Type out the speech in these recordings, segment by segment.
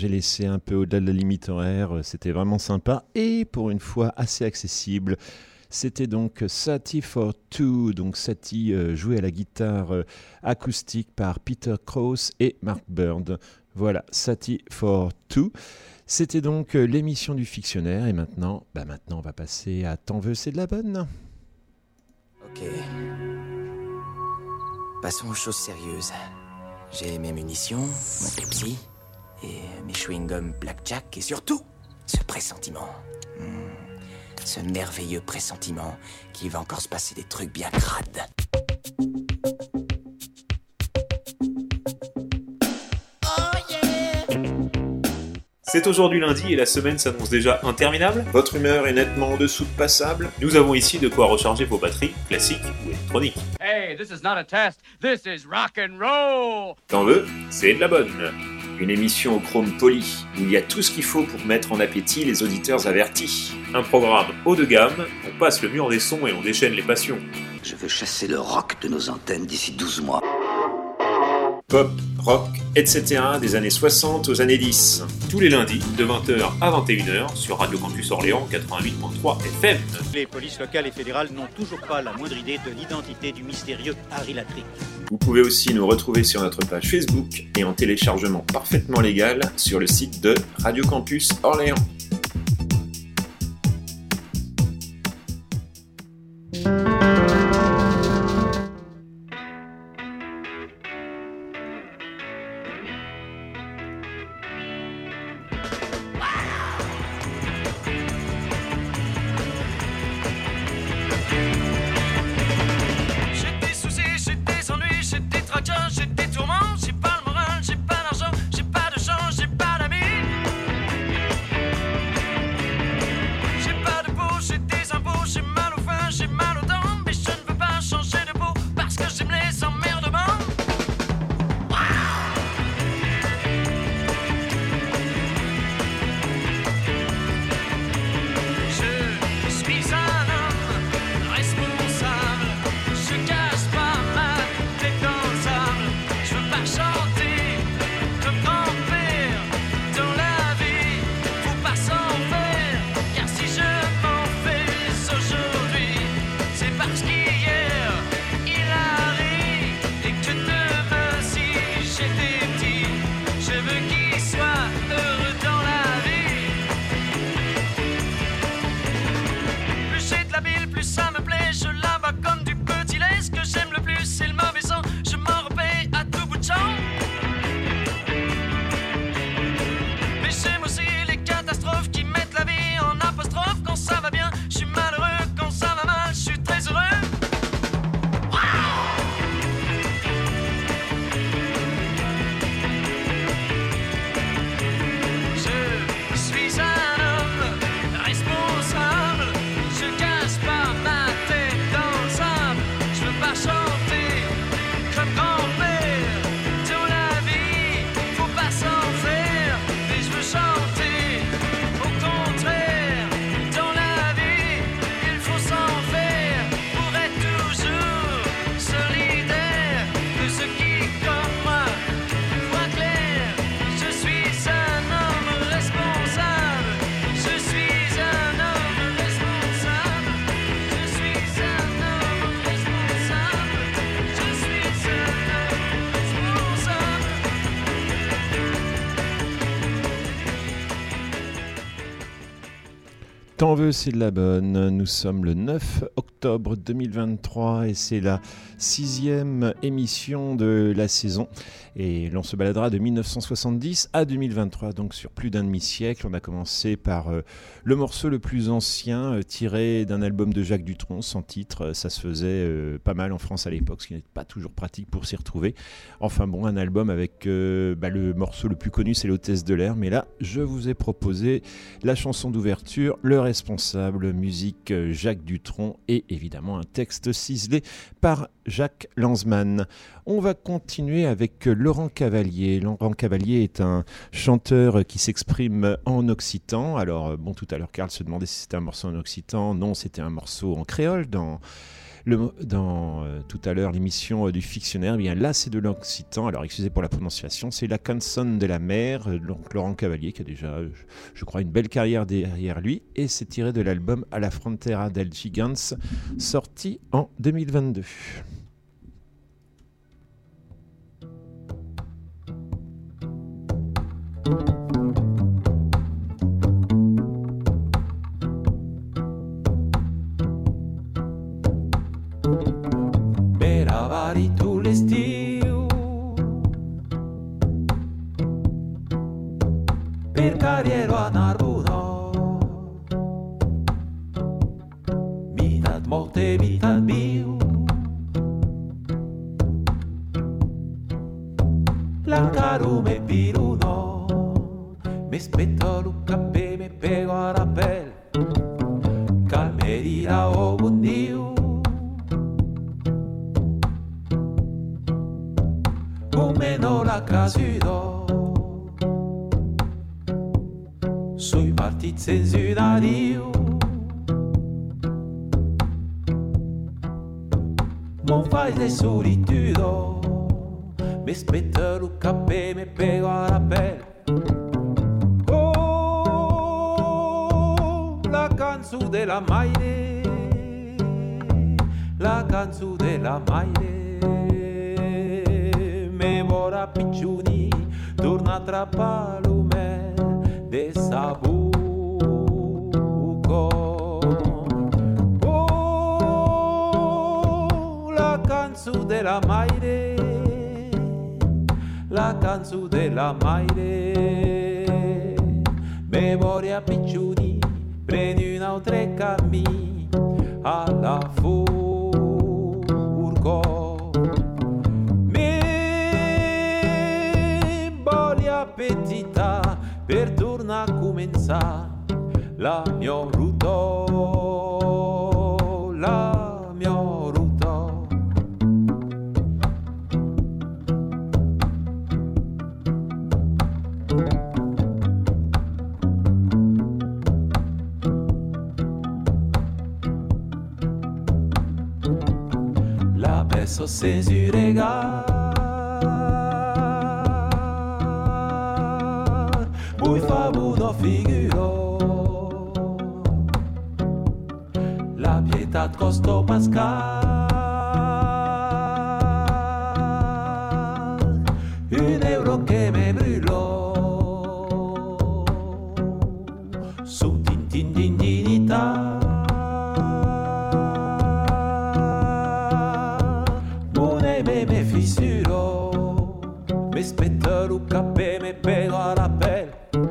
j'ai laissé un peu au-delà de la limite horaire, c'était vraiment sympa et pour une fois assez accessible. C'était donc Satie for Two, donc Satie joué à la guitare acoustique par Peter Krause et Mark Bird. Voilà, Satie for Two. C'était donc l'émission du Fictionnaire et maintenant on va passer à T'en veux, c'est de la bonne. Ok. Passons aux choses sérieuses. J'ai mes munitions, mon Pepsi, et mes chewing-gums Blackjack, et surtout, ce pressentiment. Ce merveilleux pressentiment qu'il va encore se passer des trucs bien crades. C'est aujourd'hui lundi et la semaine s'annonce déjà interminable. Votre humeur est nettement en dessous de passable. Nous avons ici de quoi recharger vos batteries, classiques ou électroniques. Hey, this is not a test, this is rock and roll. T'en veux? C'est de la bonne. Une émission au chrome poli, où il y a tout ce qu'il faut pour mettre en appétit les auditeurs avertis. Un programme haut de gamme, on passe le mur des sons et on déchaîne les passions. Je veux chasser le rock de nos antennes d'ici 12 mois. Pop, rock, etc. des années 60 aux années 10. Tous les lundis, de 20h à 21h, sur Radio Campus Orléans 88.3 FM. Les polices locales et fédérales n'ont toujours pas la moindre idée de l'identité du mystérieux Harry Latrick. Vous pouvez aussi nous retrouver sur notre page Facebook et en téléchargement parfaitement légal sur le site de Radio Campus Orléans. T'en veux, c'est de la bonne. Nous sommes le 9 octobre 2023 et c'est la 6e émission de la saison. Et l'on se baladera de 1970 à 2023, donc sur plus d'un demi-siècle. On a commencé par le morceau le plus ancien, tiré d'un album de Jacques Dutronc, sans titre. Ça se faisait pas mal en France à l'époque, ce qui n'est pas toujours pratique pour s'y retrouver. Enfin bon, un album avec le morceau le plus connu, c'est l'Hôtesse de l'air. Mais là, je vous ai proposé la chanson d'ouverture, Le Responsable, musique Jacques Dutronc et évidemment un texte ciselé par Jacques Lanzmann. On va continuer avec Laurent Cavalier. Laurent Cavalier est un chanteur qui s'exprime en occitan. Alors, tout à l'heure, Karl se demandait si c'était un morceau en occitan. Non, c'était un morceau en créole dans Tout à l'heure l'émission du Fictionnaire, eh bien là c'est de l'occitan, alors excusez pour la prononciation, c'est la canzone de la mer, donc Laurent Cavalier qui a déjà, je crois, une belle carrière derrière lui, et c'est tiré de l'album À la frontera del Gigants, sorti en 2022. Meravari tu l'estiu per Carriero a Narbonò, mi dat molte vita mio, la carume piruno, mi spetto Luca pe me pego a rappel, calmerira o bundiu. Meno la casudo sui partiti censurari, mon fai de solitudo, mi spetta lo cappè, mi pego a rappel. Oh, la canzone della Maire, la canzone della Maire. Memora picciuni, torna tra palume de sabuco. Oh, la canzone della Maire, la canzone della Maire. Memoria picciuni, prendi un altro cammino alla furco. Petita per tornare a cominciare la mia ruto, la mia ruto. La peso censurega muy fabulo figuro, la pietà costò pascar, €1 che me brûlò, su tin dignità, mone me fissuro, mi spetta lo cappè, me pego a rappel.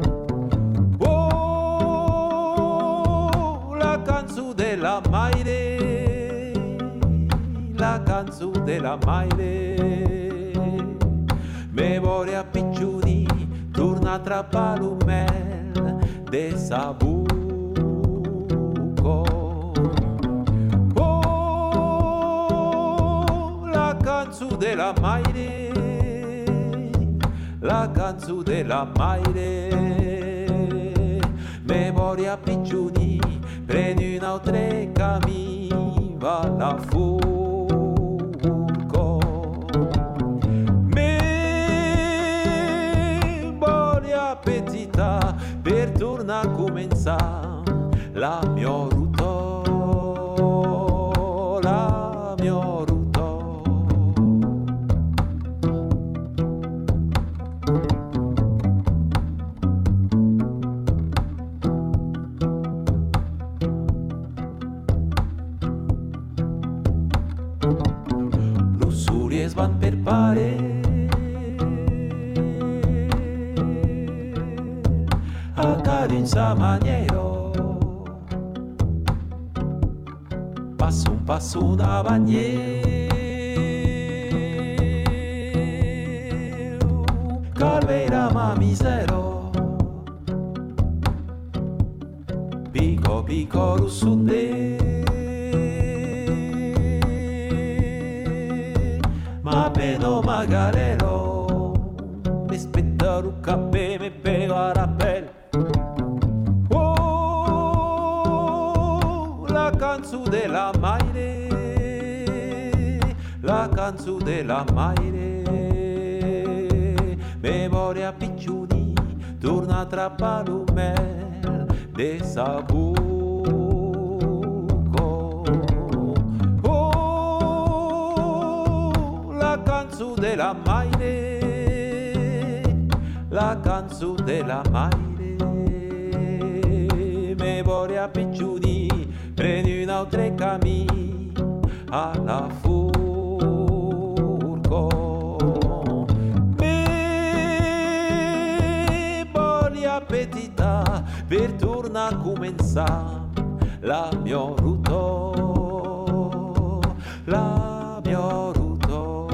La Maire, la canzone della Maire. Memoria picciuni, torna tra palumel de sabuco. Oh, la canzone della Maire, la canzone della Maire. Memoria picciuni, prendi un altro cammino alla furco. Memoria petita per tornare a cominciare la mia ruto, la mia ruto. Van per pare a cadenza maniero, passo una bagnero, calvera ma misero, pico russunde. Meno magalero, mi spetta un cappè, mi pego a rappel. Oh, la canzone della Maire, la canzone della Maire, memoria piccioni, torna tra palumel de Sabuco. Oh, la canzone della Maire, la canzone della Maire, memoria piccioni, prendi un altro cammino alla furco. Memoria petita per tornare a cominciare la mia ruto, la mia ruto.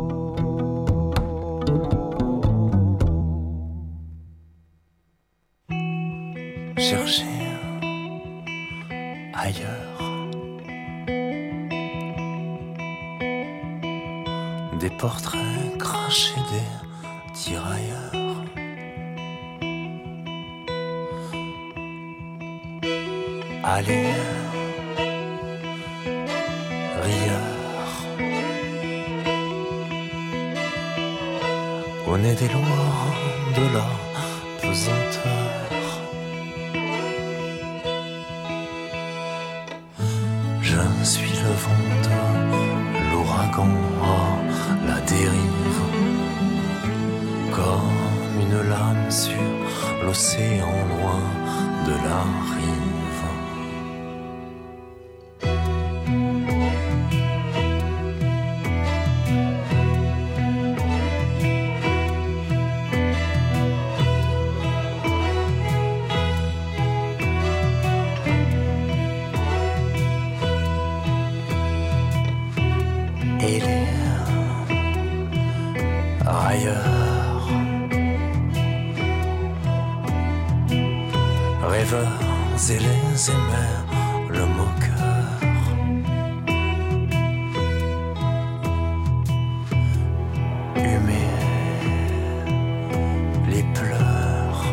Chercher ailleurs des portraits crachés des tirailleurs. Allez, rieur, on est des lois de la pesanteur. Je suis le vent de l'ouragan à la dérive, comme une lame sur l'océan loin de la rive. Et les railleurs, rêveurs et les aimeurs, le moqueur, humé, les pleurs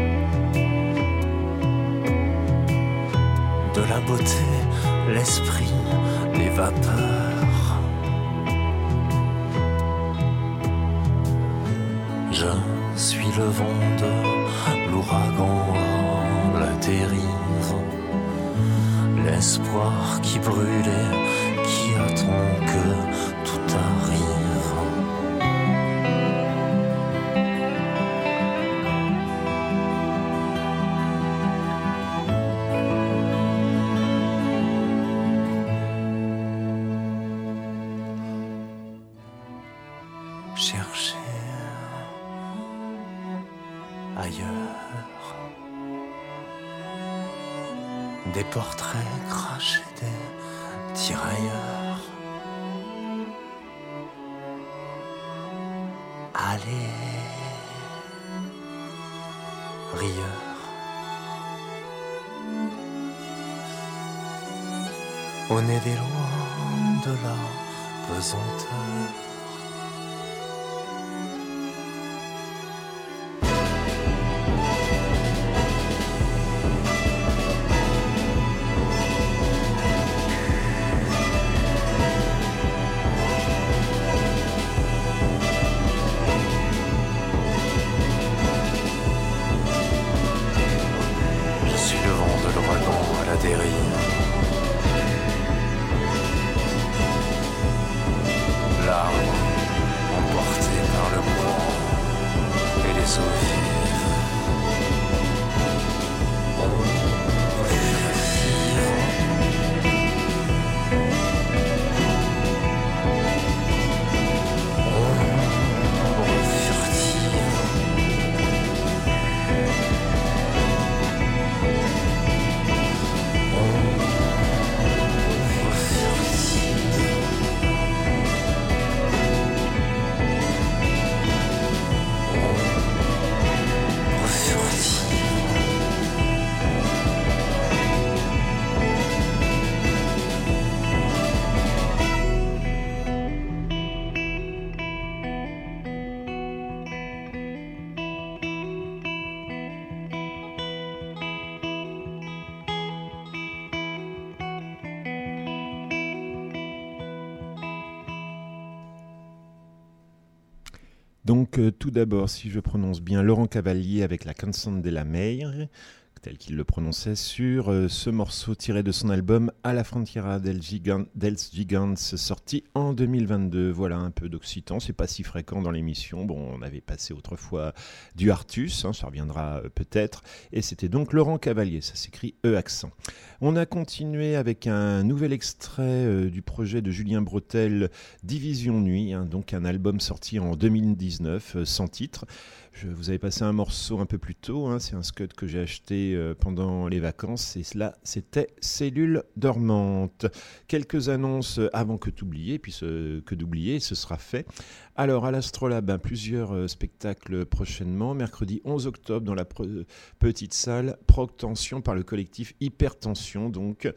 de la beauté, l'esprit, les vapeurs. Je suis le vent de l'ouragan à la dérive, l'espoir qui brûle et qui attend que tout arrive. Chercher ailleurs des portraits crachés des tirailleurs. Allez, rieur, on est des lois de la pesanteur. Là Donc tout d'abord, si je prononce bien, Laurent Cavalier avec la Canzone della Meire, tel qu'il le prononçait, sur ce morceau tiré de son album À la frontiera dels Gigants, sorti en 2022. Voilà, un peu d'occitan, c'est pas si fréquent dans l'émission. Bon, on avait passé autrefois du Artus, ça reviendra peut-être, et c'était donc Laurent Cavalier, ça s'écrit E-accent. On a continué avec un nouvel extrait du projet de Julien Bretel, Division Nuit, donc un album sorti en 2019, sans titre. Je vous avais passé un morceau un peu plus tôt, c'est un scud que j'ai acheté pendant les vacances, et là c'était Cellule dormante. Quelques annonces avant que d'oublier, ce sera fait. Alors à l'Astrolabe, plusieurs spectacles prochainement. Mercredi 11 octobre dans la petite salle Proctension par le collectif Hypertension, donc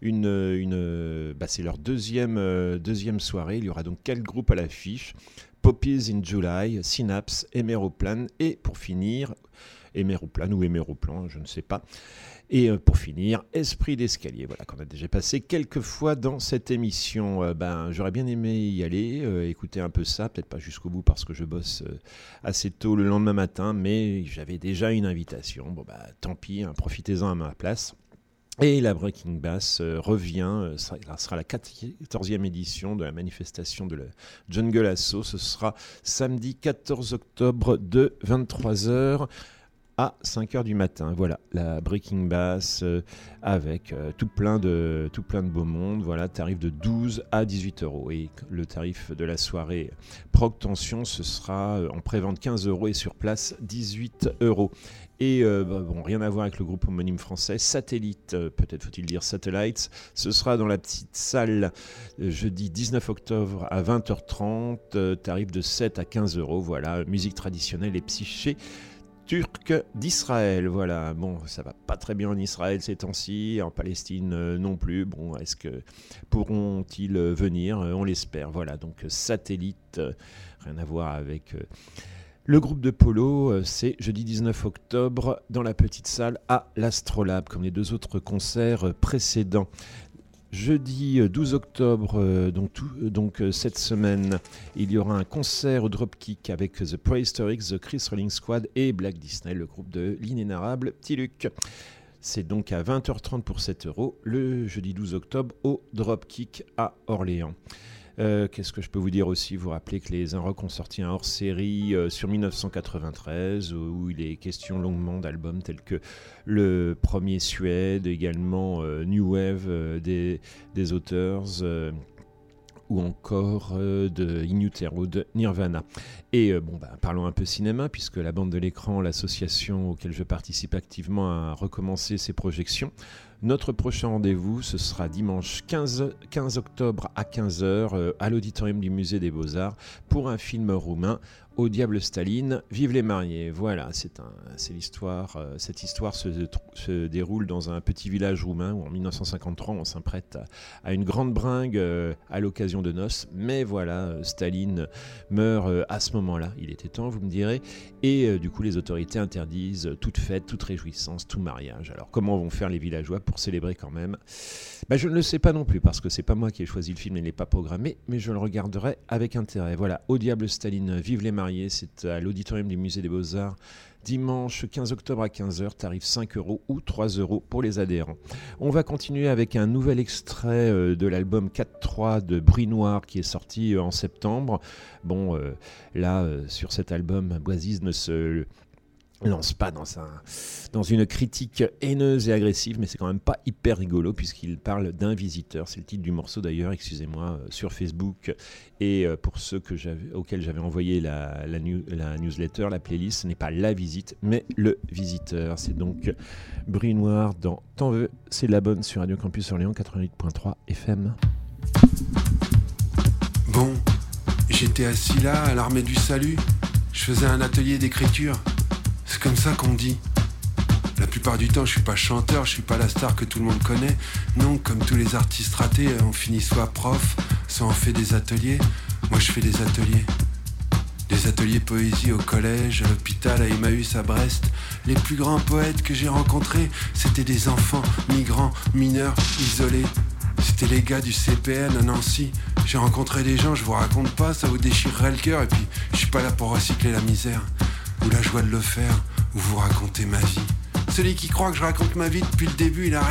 c'est leur deuxième soirée. Il y aura donc 4 groupes à l'affiche: Poppies in July, Synapse, Héméroplan et pour finir, Héméroplan ou Héméroplan, je ne sais pas. Et pour finir, Esprit d'escalier, voilà, qu'on a déjà passé quelques fois dans cette émission. J'aurais bien aimé y aller, écouter un peu ça, peut-être pas jusqu'au bout parce que je bosse assez tôt le lendemain matin, mais j'avais déjà une invitation. Tant pis, profitez-en à ma place. Et la Breaking Bass revient, ça sera la 14e édition de la manifestation de la Jungle Assault. Ce sera samedi 14 octobre de 23h à 5h du matin. Voilà, la Breaking Bass avec tout plein de beau monde. Voilà, tarif de 12 à 18 €. Et le tarif de la soirée Proctension, ce sera en prévente 15 € et sur place 18 €. Et rien à voir avec le groupe homonyme français, Satellite, peut-être faut-il dire Satellites. Ce sera dans la petite salle jeudi 19 octobre à 20h30, tarif de 7 à 15 €. Voilà, musique traditionnelle et psyché turc d'Israël. Voilà, bon, ça va pas très bien en Israël ces temps-ci, en Palestine non plus. Bon, est-ce que pourront-ils venir? On l'espère. Voilà, donc Satellite, rien à voir avec le groupe de Polo. C'est jeudi 19 octobre dans la petite salle à l'Astrolabe, comme les 2 autres concerts précédents. Jeudi 12 octobre, donc cette semaine, il y aura un concert au Dropkick avec The Prehistoric, The Chris Rolling Squad et Black Disney, le groupe de l'inénarrable Petit Luc. C'est donc à 20h30 pour 7 € le jeudi 12 octobre au Dropkick à Orléans. Qu'est-ce que je peux vous dire aussi? Vous rappelez que les Inrock ont sorti un hors-série sur 1993 où il est question longuement d'albums tels que le premier Suède, également New Wave des Auteurs ou encore de In Utero de Nirvana. Et parlons un peu cinéma, puisque la bande de l'écran, l'association auquel je participe activement, a recommencé ses projections. Notre prochain rendez-vous, ce sera dimanche 15 octobre à 15h à l'auditorium du Musée des Beaux-Arts pour un film roumain, Au diable Staline, vive les mariés. Voilà, c'est l'histoire. Cette histoire se déroule dans un petit village roumain où en 1953 on s'apprête à une grande bringue à l'occasion de noces. Mais voilà, Staline meurt à ce moment-là. Il était temps, vous me direz. Et du coup, les autorités interdisent toute fête, toute réjouissance, tout mariage. Alors, comment vont faire les villageois pour célébrer quand même? Je ne le sais pas non plus, parce que c'est pas moi qui ai choisi le film, il n'est pas programmé, mais je le regarderai avec intérêt. Voilà, Au diable Staline, vive les mariés, c'est à l'auditorium du Musée des Beaux-Arts, dimanche 15 octobre à 15h, tarif 5 € ou 3 € pour les adhérents. On va continuer avec un nouvel extrait de l'album 4-3 de Bruit Noir qui est sorti en septembre. Sur cet album, Boisiz ne se lance pas dans une critique haineuse et agressive, mais c'est quand même pas hyper rigolo puisqu'il parle d'un visiteur. C'est le titre du morceau d'ailleurs, excusez-moi, sur Facebook. Et pour ceux auxquels j'avais envoyé la newsletter, la playlist, ce n'est pas la visite, mais le visiteur. C'est donc Bruit Noir dans T'en veux, c'est la bonne sur Radio Campus Orléans 88.3 FM. Bon, j'étais assis là à l'Armée du Salut, je faisais un atelier d'écriture. C'est comme ça qu'on dit. La plupart du temps, je suis pas chanteur, je suis pas la star que tout le monde connaît. Non, comme tous les artistes ratés, on finit soit prof, soit on fait des ateliers. Moi, je fais des ateliers. Des ateliers poésie au collège, à l'hôpital, à Emmaüs, à Brest. Les plus grands poètes que j'ai rencontrés, c'était des enfants, migrants, mineurs, isolés. C'était les gars du CPN à Nancy, J'ai rencontré des gens, je vous raconte pas, ça vous déchirerait le cœur. Et puis, je suis pas là pour recycler la misère, ou la joie de le faire, ou vous raconter ma vie. Celui qui croit que je raconte ma vie depuis le début, il a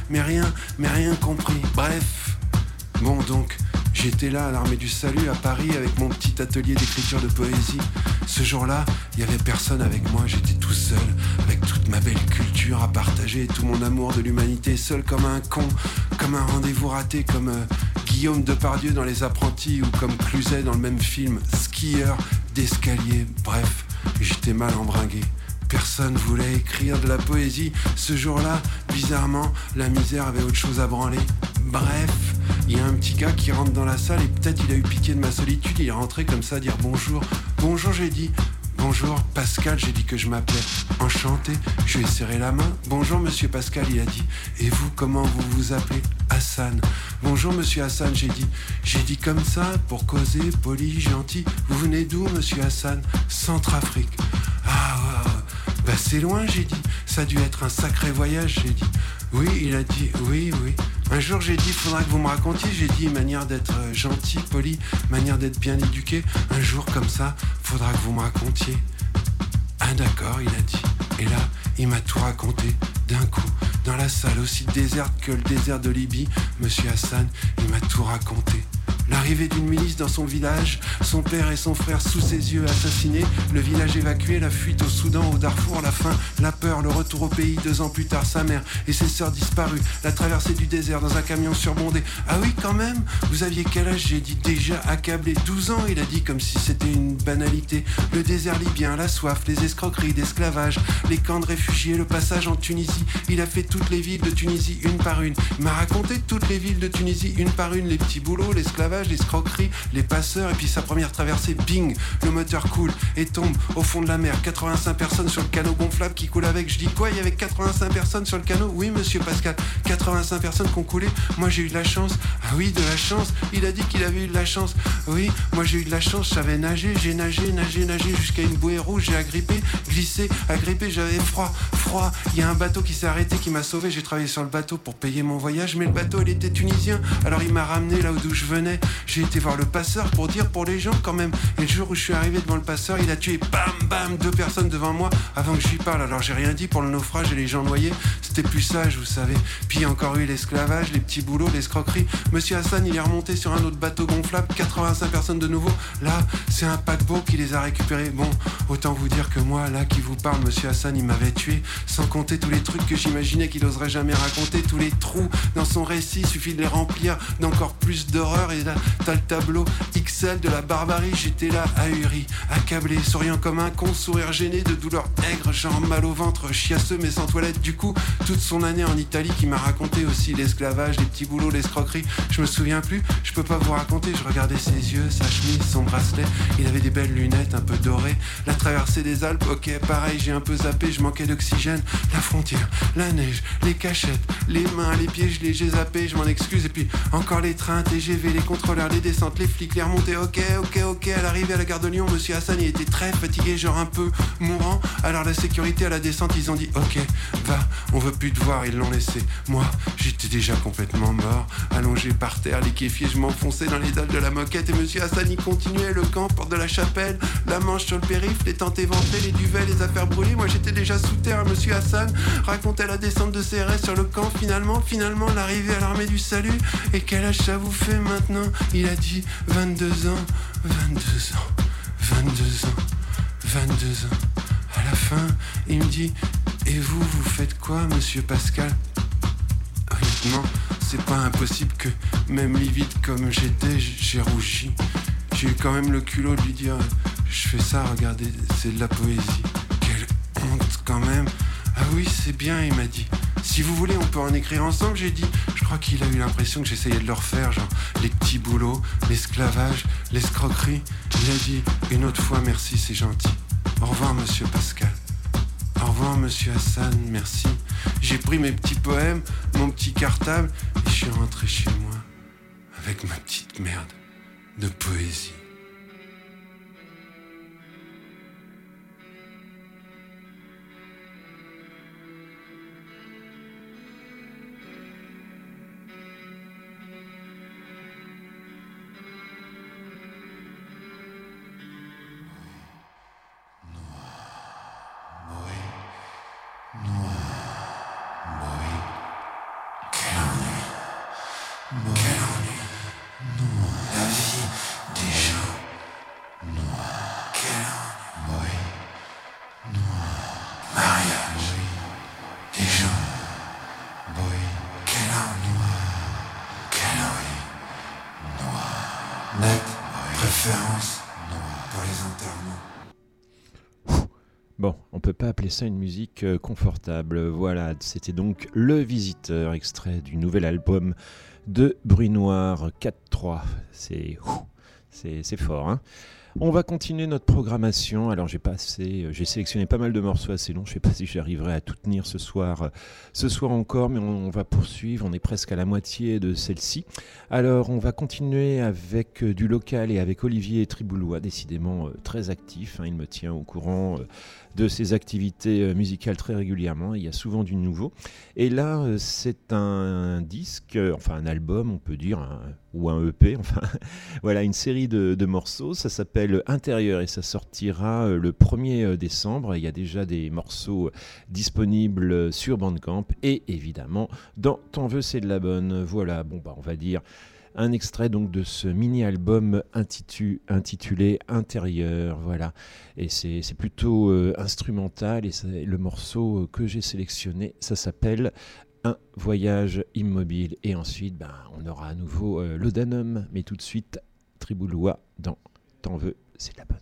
rien compris. Bref, bon donc, j'étais là à l'Armée du Salut à Paris avec mon petit atelier d'écriture de poésie. Ce jour-là, il y avait personne avec moi, j'étais tout seul, avec toute ma belle culture à partager, tout mon amour de l'humanité, seul comme un con, comme un rendez-vous raté, comme Guillaume Depardieu dans Les Apprentis ou comme Cluzet dans le même film, skieur d'escalier. Bref, j'étais mal embringué. Personne voulait écrire de la poésie. Ce jour-là, bizarrement, la misère avait autre chose à branler. Bref, il y a un petit gars qui rentre dans la salle et peut-être il a eu pitié de ma solitude. Il est rentré comme ça, dire bonjour. Bonjour, j'ai dit. Bonjour, Pascal, j'ai dit que je m'appelais. Enchanté, je lui ai serré la main. Bonjour, monsieur Pascal, il a dit. Et vous, comment vous vous appelez? Hassan. Bonjour, monsieur Hassan, j'ai dit. J'ai dit comme ça, pour causer, poli, gentil. Vous venez d'où, monsieur Hassan? Centrafrique. Ah, bah c'est loin, j'ai dit. Ça a dû être un sacré voyage, j'ai dit. Oui, il a dit, oui. Un jour, j'ai dit, faudra que vous me racontiez. J'ai dit, manière d'être gentil, poli, manière d'être bien éduqué. Un jour, comme ça, faudra que vous me racontiez. Ah d'accord, il a dit. Et là, il m'a tout raconté, d'un coup. Dans la salle aussi déserte que le désert de Libye, monsieur Hassan, il m'a tout raconté. L'arrivée d'une milice dans son village, son père et son frère sous ses yeux assassinés, le village évacué, la fuite au Soudan, au Darfour, la faim, la peur, le retour au pays 2 ans plus tard, sa mère et ses sœurs disparues, la traversée du désert dans un camion surbondé. Ah oui, quand même, vous aviez quel âge? J'ai dit déjà accablé. 12 ans, il a dit comme si c'était une banalité. Le désert libyen, la soif, les escroqueries d'esclavage, les camps de réfugiés, le passage en Tunisie. Il a fait toutes les villes de Tunisie une par une. Il m'a raconté toutes les villes de Tunisie une par une, les petits boulots, l'esclavage, les escroqueries, les passeurs, et puis sa première traversée, bing, le moteur coule et tombe au fond de la mer. 85 personnes sur le canot gonflable qui coule avec. Je dis quoi, il y avait 85 personnes sur le canot? Oui, monsieur Pascal, 85 personnes qui ont coulé. Moi j'ai eu de la chance. Ah oui, de la chance. Il a dit qu'il avait eu de la chance. Oui, moi j'ai eu de la chance, je savais nager, j'ai nagé jusqu'à une bouée rouge, j'ai agrippé, glissé, agrippé, j'avais froid. Il y a un bateau qui s'est arrêté, qui m'a sauvé. J'ai travaillé sur le bateau pour payer mon voyage, mais le bateau il était tunisien, alors il m'a ramené là d'où je venais. J'ai été voir le passeur pour dire pour les gens quand même. Et le jour où je suis arrivé devant le passeur, il a tué bam 2 personnes devant moi avant que je lui parle. Alors j'ai rien dit pour le naufrage et les gens noyés. C'était plus sage, vous savez. Puis il y a encore eu l'esclavage, les petits boulots, l'escroquerie. Monsieur Hassan, il est remonté sur un autre bateau gonflable, 85 personnes de nouveau. Là, c'est un paquebot qui les a récupérés. Bon, autant vous dire que moi, là qui vous parle, monsieur Hassan, il m'avait tué. Sans compter tous les trucs que j'imaginais qu'il oserait jamais raconter. Tous les trous dans son récit, suffit de les remplir d'encore plus d'horreur. Et là, t'as le tableau XL de la barbarie. J'étais là, ahuri, accablé, souriant comme un con, sourire gêné de douleur aigre, genre mal au ventre, chiasseux mais sans toilette. Du coup, toute son année en Italie qui m'a raconté aussi l'esclavage, les petits boulots, l'escroquerie. Je me souviens plus, je peux pas vous raconter. Je regardais ses yeux, sa chemise, son bracelet. Il avait des belles lunettes un peu dorées. La traversée des Alpes, ok, pareil, j'ai un peu zappé, je manquais d'oxygène. La frontière, la neige, les cachettes, les mains, les pieds, j'ai zappé, je m'en excuse. Et puis encore les trains, TGV, les contrôleurs, les descentes, les flics, les remontées. Ok, à l'arrivée à la gare de Lyon, monsieur Hassan, il était très fatigué, genre un peu mourant. Alors la sécurité à la descente, ils ont dit ok, va, on veut plus te voir, ils l'ont laissé. Moi, j'étais déjà complètement mort, allongé par terre, liquéfié, je m'enfonçais dans les dalles de la moquette. Et monsieur Hassan, il continuait, le camp, porte de la Chapelle, la Manche sur le périph', les tentes éventrées, les duvets, les affaires brûlées. Moi j'étais déjà sous terre. Monsieur Hassan racontait la descente de CRS sur le camp. Finalement, l'arrivée à l'Armée du Salut. Et quel âge ça vous fait maintenant? Il a dit 22 ans. À la fin, il me dit, et vous faites quoi, monsieur Pascal? Honnêtement, c'est pas impossible que, même livide comme j'étais, j'ai rougi. J'ai eu quand même le culot de lui dire, je fais ça, regardez, c'est de la poésie. Quelle honte quand même. Ah oui, c'est bien, il m'a dit. Si vous voulez, on peut en écrire ensemble, j'ai dit. Je crois qu'il a eu l'impression que j'essayais de le refaire, genre les petits boulots, l'esclavage, l'escroquerie. Il a dit, une autre fois, merci, c'est gentil. Au revoir, monsieur Pascal. Au revoir, monsieur Hassan, merci. J'ai pris mes petits poèmes, mon petit cartable, et je suis rentré chez moi avec ma petite merde de poésie. Préférence dans les internats. Bon, on peut pas appeler ça une musique confortable. Voilà, c'était donc Le Visiteur, extrait du nouvel album de Bruit Noir 4-3. C'est fort, hein. On va continuer notre programmation. Alors j'ai sélectionné pas mal de morceaux assez longs. Je sais pas si j'arriverai à tout tenir ce soir encore, mais on va poursuivre. On est presque à la moitié de celle-ci. Alors on va continuer avec du local et avec Olivier Triboulois, décidément très actif. Il me tient au courant de ses activités musicales très régulièrement. Il y a souvent du nouveau. Et là, c'est un disque, enfin un album, on peut dire, ou un EP, enfin voilà, une série de morceaux. Ça s'appelle Intérieur et ça sortira le 1er décembre. Il y a déjà des morceaux disponibles sur Bandcamp et évidemment dans T'en veux, c'est de la bonne. Voilà, on va dire un extrait donc de ce mini-album intitulé Intérieur, voilà. Et c'est plutôt instrumental et le morceau que j'ai sélectionné, ça s'appelle Un voyage immobile. Et ensuite, on aura à nouveau l'Odanum, mais tout de suite, Triboulois dans T'en veux, c'est de la bonne.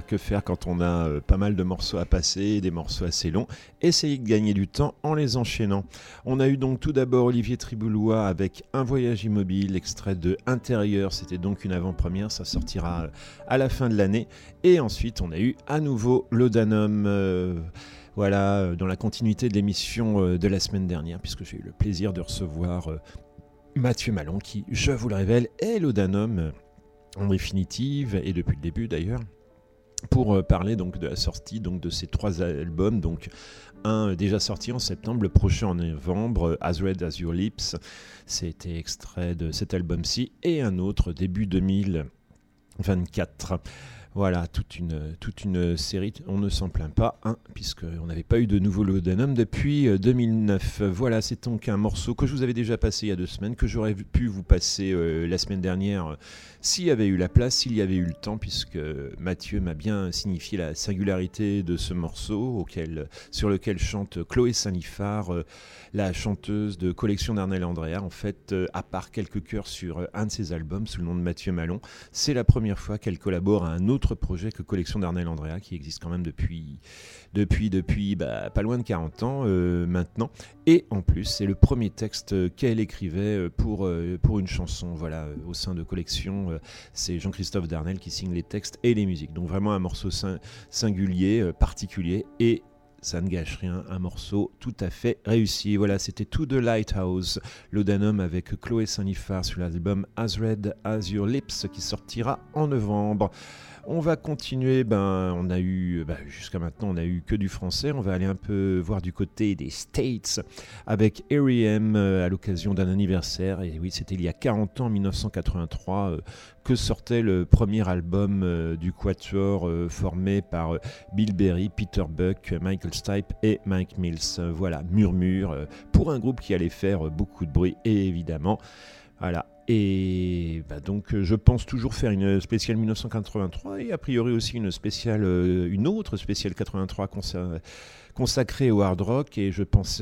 que faire quand on a pas mal de morceaux à passer, des morceaux assez longs. Essayez de gagner du temps en les enchaînant. On a eu donc tout d'abord Olivier Triboulois avec Un voyage immobile, extrait de Intérieur. C'était donc une avant-première, ça sortira à la fin de l'année. Et ensuite, on a eu à nouveau Laudanum. Voilà, dans la continuité de l'émission de la semaine dernière, puisque j'ai eu le plaisir de recevoir Mathieu Malon, qui, je vous le révèle, est Laudanum en définitive, et depuis le début d'ailleurs, pour parler donc de la sortie donc, de ces 3 albums, donc un déjà sorti en septembre, le prochain en novembre, As Red As Your Lips, c'était extrait de cet album-ci, et un autre début 2024. Voilà, toute une série, on ne s'en plaint pas, hein, puisqu'on n'avait pas eu de nouveau Laudanum depuis 2009. Voilà, c'est donc un morceau que je vous avais déjà passé il y a 2 semaines, que j'aurais pu vous passer la semaine dernière s'il y avait eu la place, s'il y avait eu le temps, puisque Mathieu m'a bien signifié la singularité de ce morceau sur lequel chante Chloé Saint-Liphard, la chanteuse de Collection d'Arnel Andrea. En fait, à part quelques chœurs sur un de ses albums sous le nom de Mathieu Malon, c'est la première fois qu'elle collabore à un autre projet que Collection d'Arnel Andrea, qui existe quand même depuis pas loin de 40 ans maintenant. Et en plus, c'est le premier texte qu'elle écrivait pour une chanson, voilà, au sein de Collection. C'est Jean-Christophe Darnel qui signe les textes et les musiques. Donc vraiment un morceau singulier, particulier, et ça ne gâche rien, un morceau tout à fait réussi. Voilà, c'était To The Lighthouse, Laudanum avec Chloé Saint-Liphard sur l'album As Red As Your Lips qui sortira en novembre. On va continuer, on a eu, jusqu'à maintenant on a eu que du français, on va aller un peu voir du côté des States avec R.E.M. À l'occasion d'un anniversaire, et oui c'était il y a 40 ans, en 1983, que sortait le premier album du Quatuor formé par Bill Berry, Peter Buck, Michael Stipe et Mike Mills. Voilà, Murmure, pour un groupe qui allait faire beaucoup de bruit, et évidemment, voilà. Et donc je pense toujours faire une spéciale 1983 et a priori aussi une autre spéciale 83 consacrée au hard rock, et je pense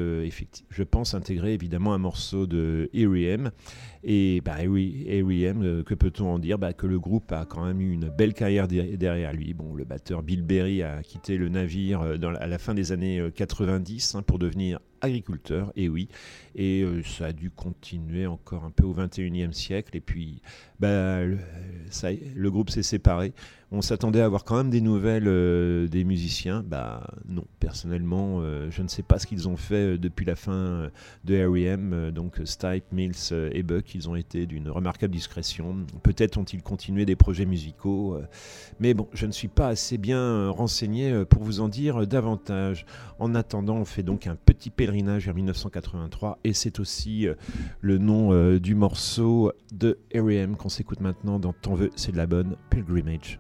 intégrer évidemment un morceau de R.E.M. Et R.E.M., que peut-on en dire? Que le groupe a quand même eu une belle carrière derrière lui. Bon, le batteur Bill Berry a quitté le navire à la fin des années 90 pour devenir agriculteur, et oui, et ça a dû continuer encore un peu au 21e siècle, et puis le groupe s'est séparé. On s'attendait à avoir quand même des nouvelles des musiciens, non, personnellement, je ne sais pas ce qu'ils ont fait depuis la fin de R.E.M., donc Stipe, Mills et Buck, ils ont été d'une remarquable discrétion. Peut-être ont-ils continué des projets musicaux, mais bon, je ne suis pas assez bien renseigné pour vous en dire davantage. En attendant, on fait donc un petit pèlerinage vers 1983, et c'est aussi le nom du morceau de R.E.M. qu'on s'écoute maintenant dans T'en veux, c'est de la bonne, Pilgrimage.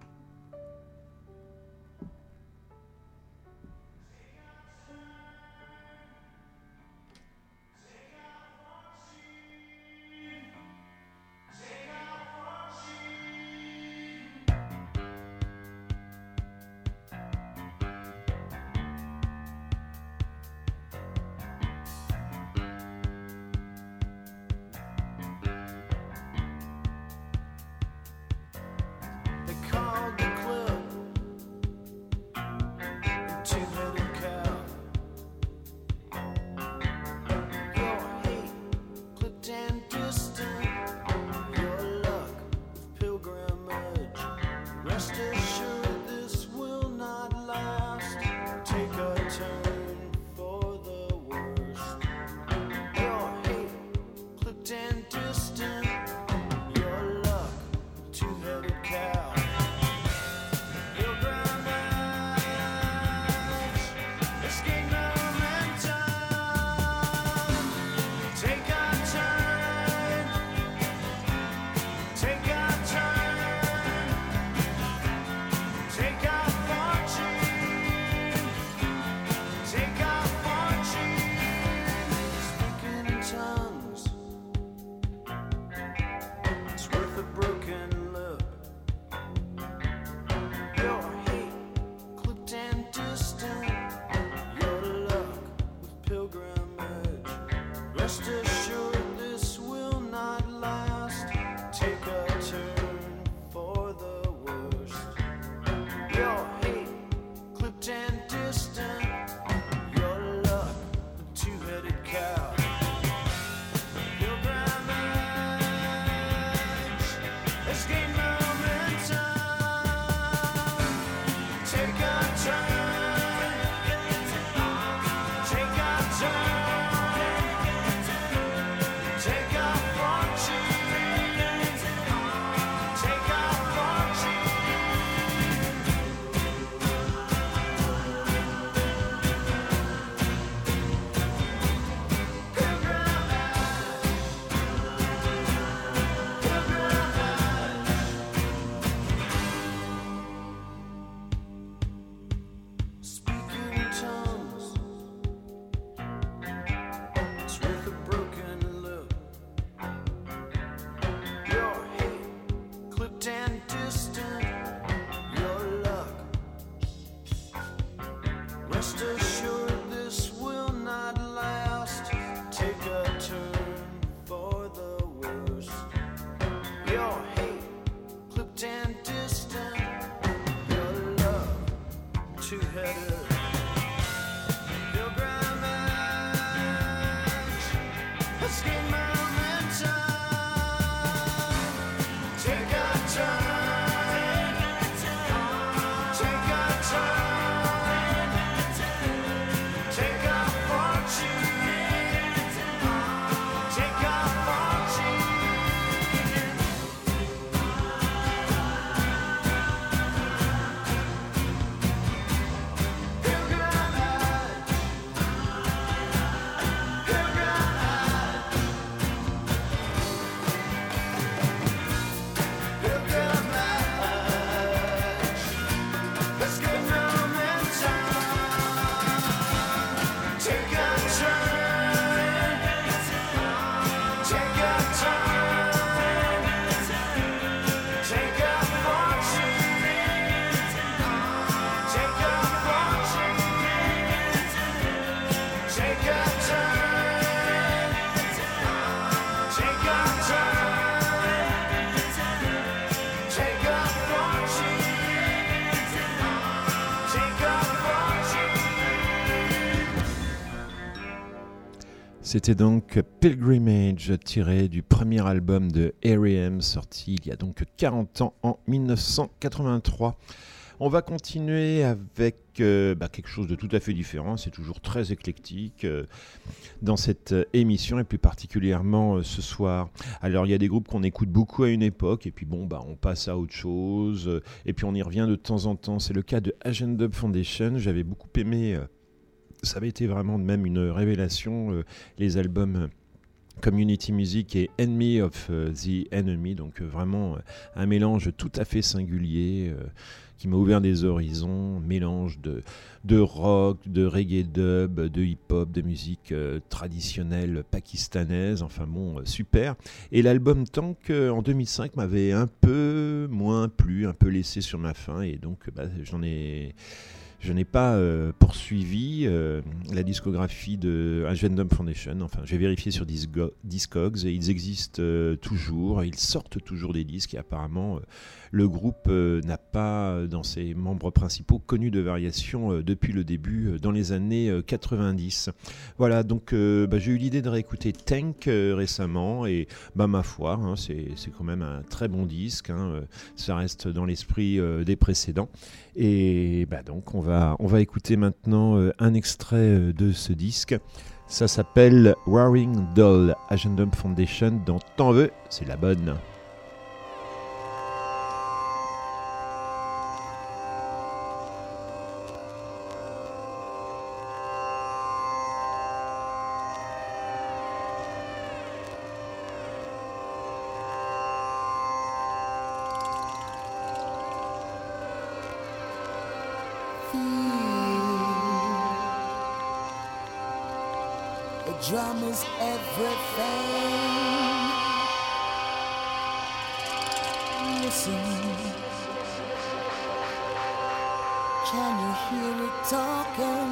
and distant. Your luck, a two-headed cow. Pilgrimage, escape momentum. Take a turn. Take a turn. Take a fortune. Take a fortune. Speaking in tongues, it's with a broken look. Your hate, clipped and distant. Your luck. Rest assured, this will not last. Take a turn for the worst. Your hate, clipped and distant. Your love, two-headed. Pilgrimage, escape momentum. Take a turn. Take a turn. Take a fortune. Take a fortune. C'était donc Pilgrimage, tiré du premier album de R.E.M., sorti il y a donc 40 ans, en 1983. On va continuer avec quelque chose de tout à fait différent, c'est toujours très éclectique dans cette émission, et plus particulièrement ce soir. Alors il y a des groupes qu'on écoute beaucoup à une époque, et puis on passe à autre chose, et puis on y revient de temps en temps. C'est le cas de Agenda Foundation. J'avais beaucoup aimé... Ça avait été vraiment de même une révélation, les albums Community Music et Enemy of the Enemy, donc vraiment un mélange tout à fait singulier qui m'a ouvert des horizons, mélange de rock, de reggae dub, de hip-hop, de musique traditionnelle pakistanaise, enfin bon, super. Et l'album Tank en 2005 m'avait un peu moins plu, un peu laissé sur ma faim, et donc je n'ai pas poursuivi la discographie de Agendum Foundation. Enfin, j'ai vérifié sur Discogs et ils existent toujours. Ils sortent toujours des disques et apparemment le groupe n'a pas, dans ses membres principaux, connu de variations depuis le début, dans les années 90. Voilà, donc j'ai eu l'idée de réécouter Tank récemment et ma foi, c'est quand même un très bon disque. Ça reste dans l'esprit des précédents. Et donc on va écouter maintenant un extrait de ce disque. Ça s'appelle Roaring Doll, Agendum Foundation. Dans T'en veux, c'est la bonne. Drum is everything. Listen, can you hear it talking?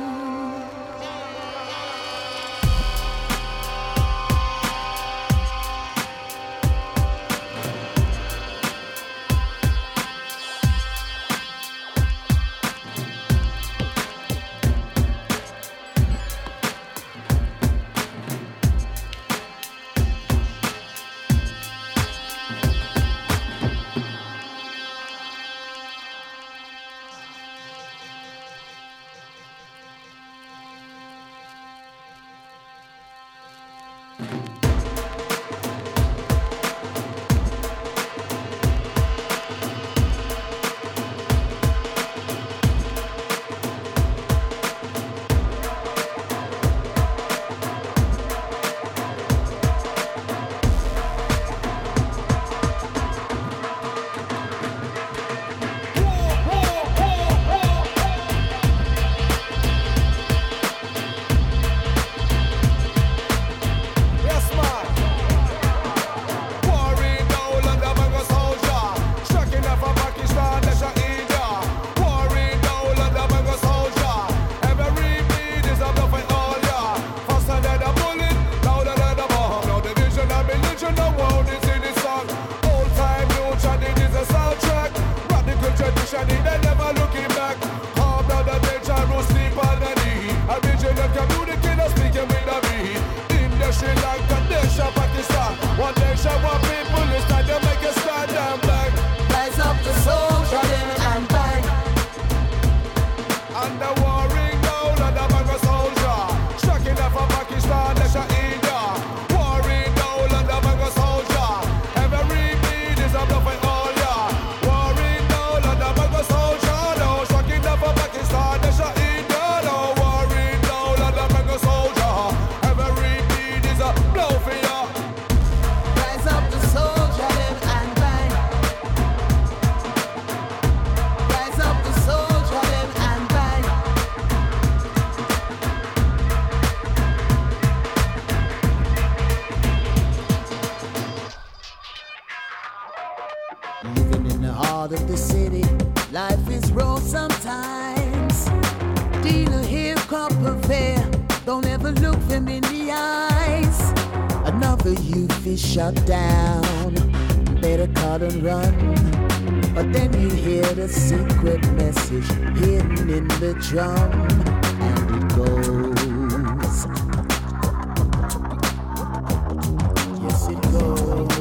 Shut down, better cut and run. But then you hear the secret message hidden in the drum, and it goes. Yes, it goes.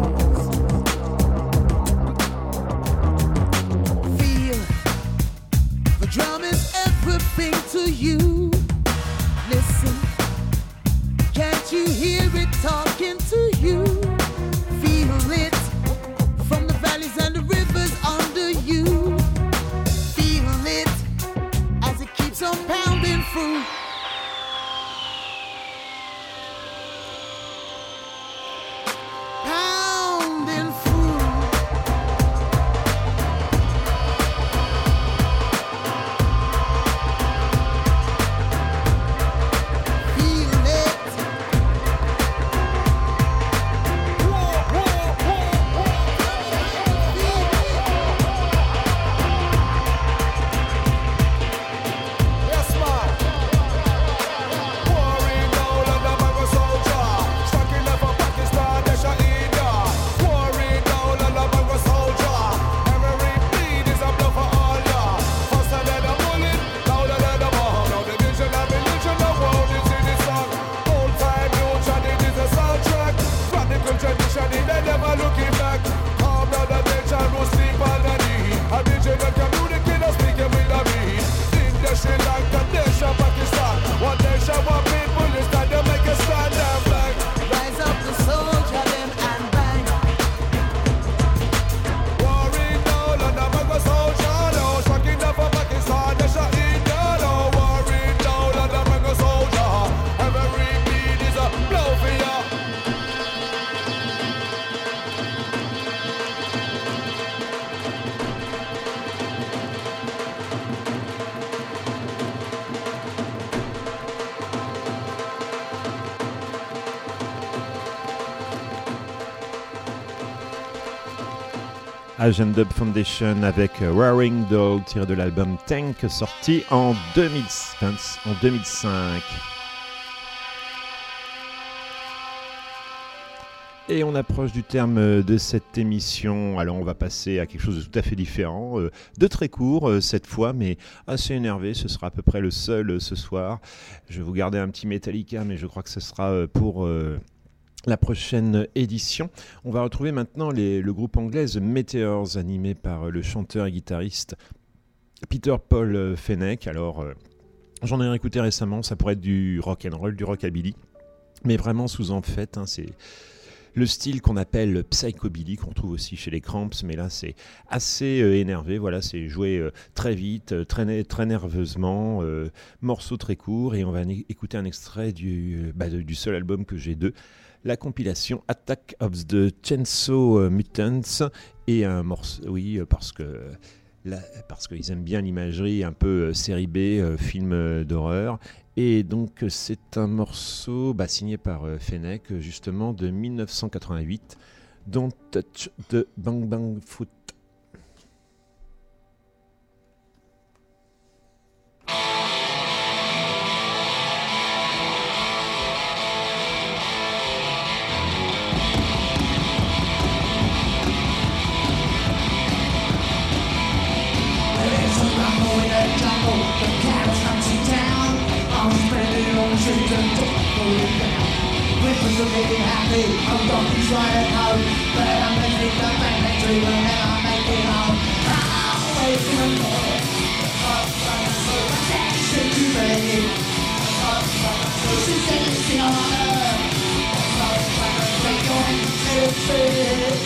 Feel the drum is everything to you. Listen, can't you hear it talking to you? Feel it from the valleys and the rivers under you. Feel it as it keeps on pounding through. Pounding through. Feel it. Agent Dub Foundation avec Roaring Dog, tiré de l'album Tank, sorti en 2005. Et on approche du terme de cette émission, alors on va passer à quelque chose de tout à fait différent, de très court cette fois, mais assez énervé, ce sera à peu près le seul ce soir. Je vais vous garder un petit Metallica, mais je crois que ce sera pour la prochaine édition. On va retrouver maintenant le groupe anglais The Meteors, animé par le chanteur et guitariste Peter Paul Fenech. Alors, j'en ai écouté récemment, ça pourrait être du rock and roll, du rockabilly. mais vraiment sous en fait, c'est le style qu'on appelle le psychobilly, qu'on trouve aussi chez les Cramps, mais là c'est assez énervé, voilà, c'est joué très vite, très nerveusement, morceau très court, et on va écouter un extrait du seul album que j'ai d'eux, la compilation Attack of the Chainsaw Mutants, et un morceau, oui, parce qu'ils aiment bien l'imagerie un peu série B, film d'horreur. Et donc c'est un morceau signé par Fennec, justement de 1988, Don't Touch the Bang Bang Foot. Whippers are making happy, I'm donkey's right at home, but I'm gonna take the bang bang tree when I make it home. I'm away from the morning, attention to me, this is anything on earth, break your hands to the feet.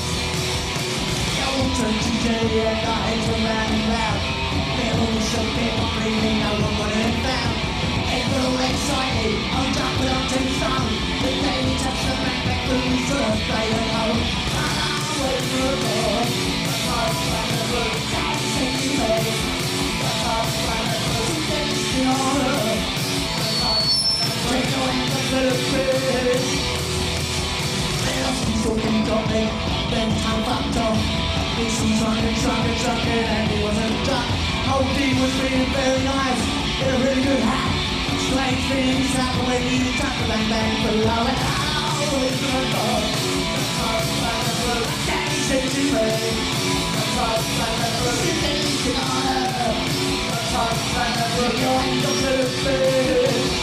I won't turn to Jay and I hate to round and round, they're all shook, people breathing, no one would have found. April excited, I'm jumping on too strong. The day we touch the back through the surf, they went home. And I'm away from the door. The heart's like a book, dancing to me. The heart's like a book, dancing on her. Take your hands up to the bridge. They lost me talking, got me, then time fucked off. He's drunken, and he wasn't drunk. Old D was feeling very nice, in a really good hat. Strange things happen when you touch the bang bang below it. Oh, it's the door. The heart's like a book, dancing to me. The heart's like a book, dancing on her. The heart's like a book, your hands up to the bed.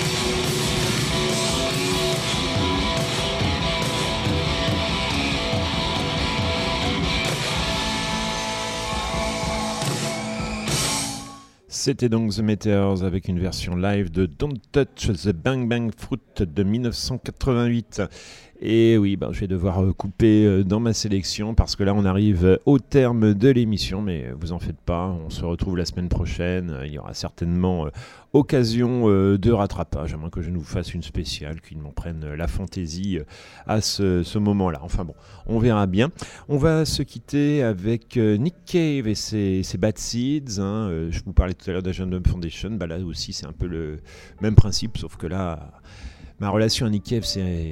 C'était donc The Meteors avec une version live de Don't Touch the Bang Bang Fruit de 1988. Et oui, je vais devoir couper dans ma sélection parce que là on arrive au terme de l'émission, mais vous en faites pas, on se retrouve la semaine prochaine, il y aura certainement occasion de rattrapage, à moins que je nous fasse une spéciale, qu'ils m'en prennent la fantaisie à ce moment-là. Enfin bon, on verra bien. On va se quitter avec Nick Cave et ses Bad Seeds. Je vous parlais tout à l'heure d'Agenda Foundation, là aussi c'est un peu le même principe, sauf que là, ma relation à Nick Cave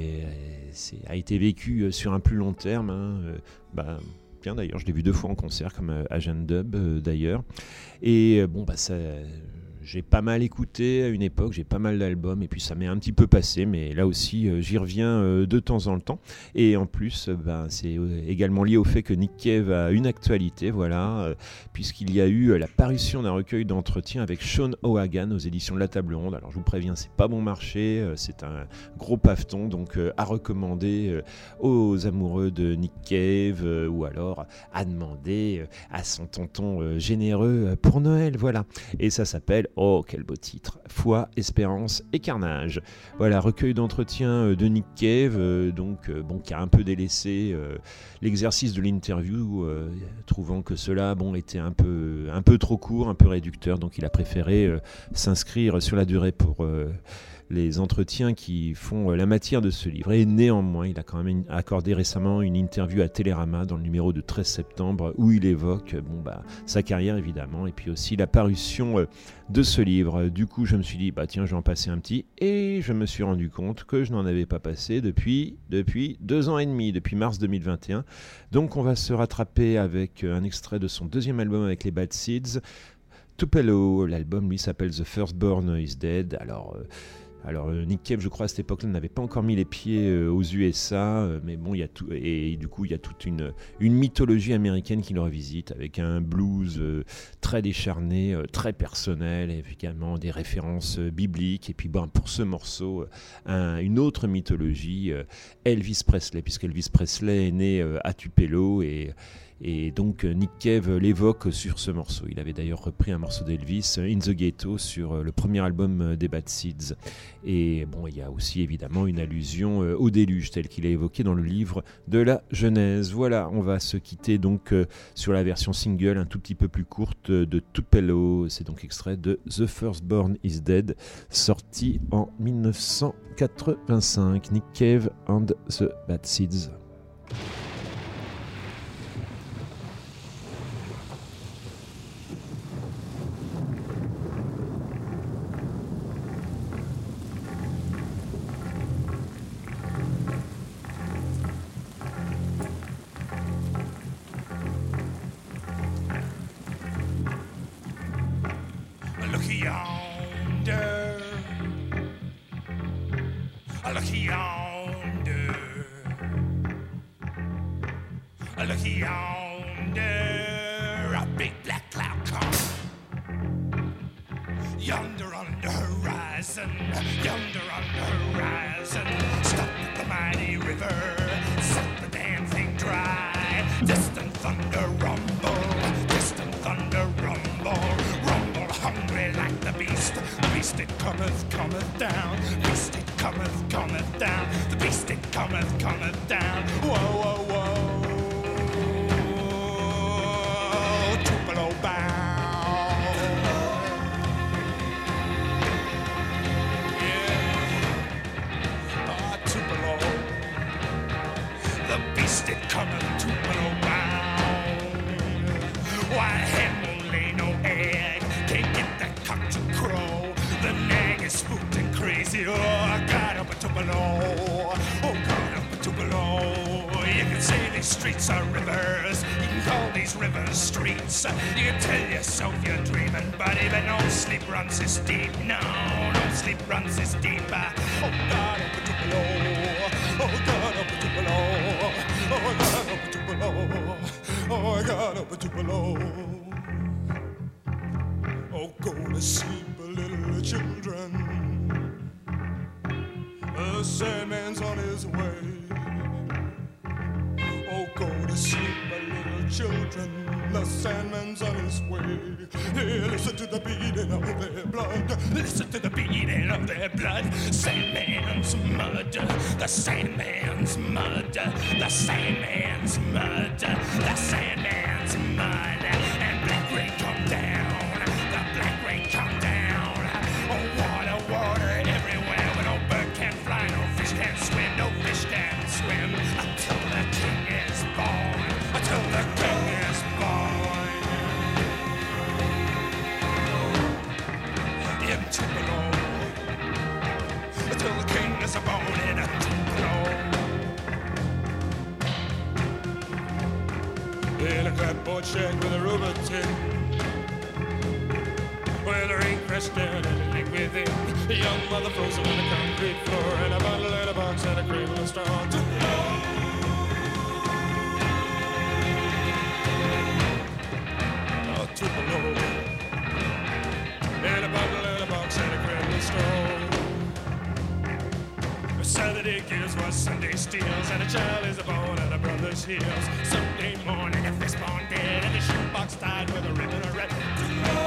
a été vécue sur un plus long terme. Tiens, d'ailleurs, je l'ai vu 2 fois en concert, comme Agenda d'ailleurs. Et j'ai pas mal écouté à une époque, j'ai pas mal d'albums, et puis ça m'est un petit peu passé, mais là aussi j'y reviens de temps en temps. Et en plus, c'est également lié au fait que Nick Cave a une actualité, puisqu'il y a eu la parution d'un recueil d'entretien avec Sean O'Hagan aux éditions de La Table Ronde. Alors je vous préviens, c'est pas bon marché, c'est un gros paveton, donc à recommander aux amoureux de Nick Cave, ou alors à demander à son tonton généreux pour Noël, Et ça s'appelle oh, quel beau titre, Foi, Espérance et Carnage. Voilà, recueil d'entretien de Nick Cave, qui a un peu délaissé l'exercice de l'interview, trouvant que cela était un peu trop court, un peu réducteur, donc il a préféré s'inscrire sur la durée pour les entretiens qui font la matière de ce livre. Et néanmoins, il a quand même accordé récemment une interview à Télérama dans le numéro de 13 septembre où il évoque sa carrière évidemment, et puis aussi la parution de ce livre. Du coup, je me suis dit, tiens, je vais en passer un petit, et je me suis rendu compte que je n'en avais pas passé depuis 2 ans et demi, depuis mars 2021. Donc on va se rattraper avec un extrait de son 2e album avec les Bad Seeds, Tupelo. L'album, lui, s'appelle The Firstborn is Dead. Alors Nick Cave, je crois à cette époque-là, n'avait pas encore mis les pieds aux USA, mais bon, il y a tout, et du coup il y a toute une mythologie américaine qui le revisite, avec un blues très décharné, très personnel, et également des références bibliques. Et puis pour ce morceau, une autre mythologie, Elvis Presley, puisqu'Elvis Presley est né à Tupelo, et Et donc Nick Cave l'évoque sur ce morceau. Il avait d'ailleurs repris un morceau d'Elvis, In the Ghetto, sur le premier album des Bad Seeds. Et bon, il y a aussi évidemment une allusion au déluge tel qu'il est évoqué dans le livre de la Genèse. Voilà, on va se quitter donc sur la version single un tout petit peu plus courte de Tupelo. C'est donc extrait de The Firstborn is Dead, sorti en 1985. Nick Cave and the Bad Seeds. Saturday gives what Sunday steals, and a child is born at a brother's heels. Sunday morning, a fist bone dead, and the shoebox tied with a ribbon of red.